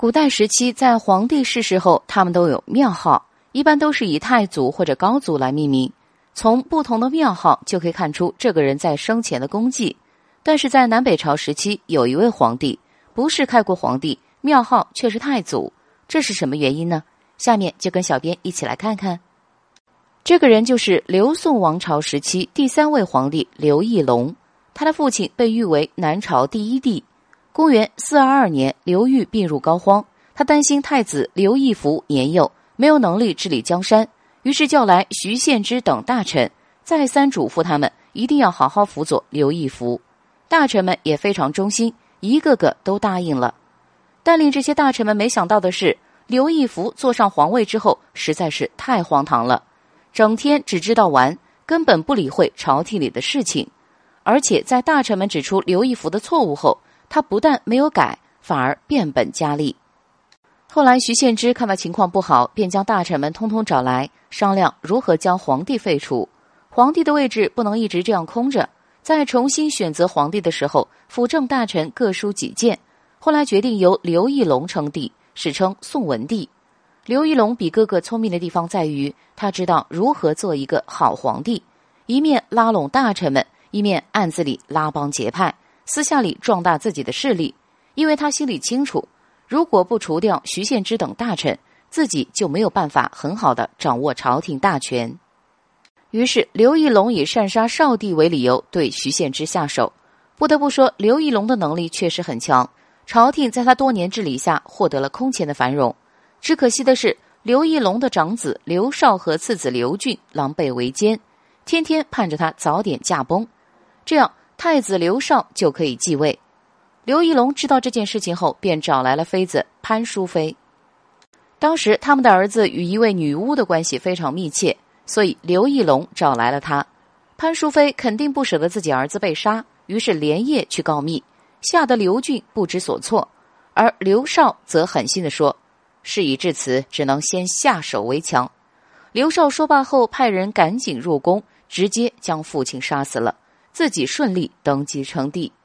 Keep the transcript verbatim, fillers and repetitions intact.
古代时期，在皇帝逝世后，他们都有庙号，一般都是以太祖或者高祖来命名。从不同的庙号就可以看出这个人在生前的功绩。但是在南北朝时期，有一位皇帝不是开国皇帝，庙号却是太祖，这是什么原因呢？下面就跟小编一起来看看。这个人就是刘宋王朝时期第三位皇帝刘义隆，他的父亲被誉为南朝第一帝。公元四二二年，刘裕病入膏肓，他担心太子刘义福年幼，没有能力治理江山，于是叫来徐献之等大臣，再三嘱咐他们一定要好好辅佐刘义福。大臣们也非常忠心，一个个都答应了。但令这些大臣们没想到的是，刘义福坐上皇位之后实在是太荒唐了，整天只知道玩，根本不理会朝廷里的事情。而且在大臣们指出刘义福的错误后，他不但没有改，反而变本加厉。后来徐献之看到情况不好，便将大臣们通通找来，商量如何将皇帝废除。皇帝的位置不能一直这样空着，在重新选择皇帝的时候，辅政大臣各抒己见，后来决定由刘义隆称帝，史称宋文帝。刘义隆比哥哥聪明的地方在于，他知道如何做一个好皇帝，一面拉拢大臣们，一面暗自里拉帮结派，私下里壮大自己的势力。因为他心里清楚，如果不除掉徐献之等大臣，自己就没有办法很好的掌握朝廷大权。于是刘义隆以擅杀少帝为理由对徐献之下手。不得不说，刘义隆的能力确实很强，朝廷在他多年治理下获得了空前的繁荣。只可惜的是，刘义隆的长子刘绍和次子刘俊狼狈为奸，天天盼着他早点驾崩，这样太子刘绍就可以继位。刘义隆知道这件事情后，便找来了妃子潘淑妃。当时他们的儿子与一位女巫的关系非常密切，所以刘义隆找来了他。潘淑妃肯定不舍得自己儿子被杀，于是连夜去告密，吓得刘俊不知所措。而刘绍则狠心地说，事已至此，只能先下手为强。刘绍说罢后，派人赶紧入宫，直接将父亲杀死了，自己顺利登基称帝。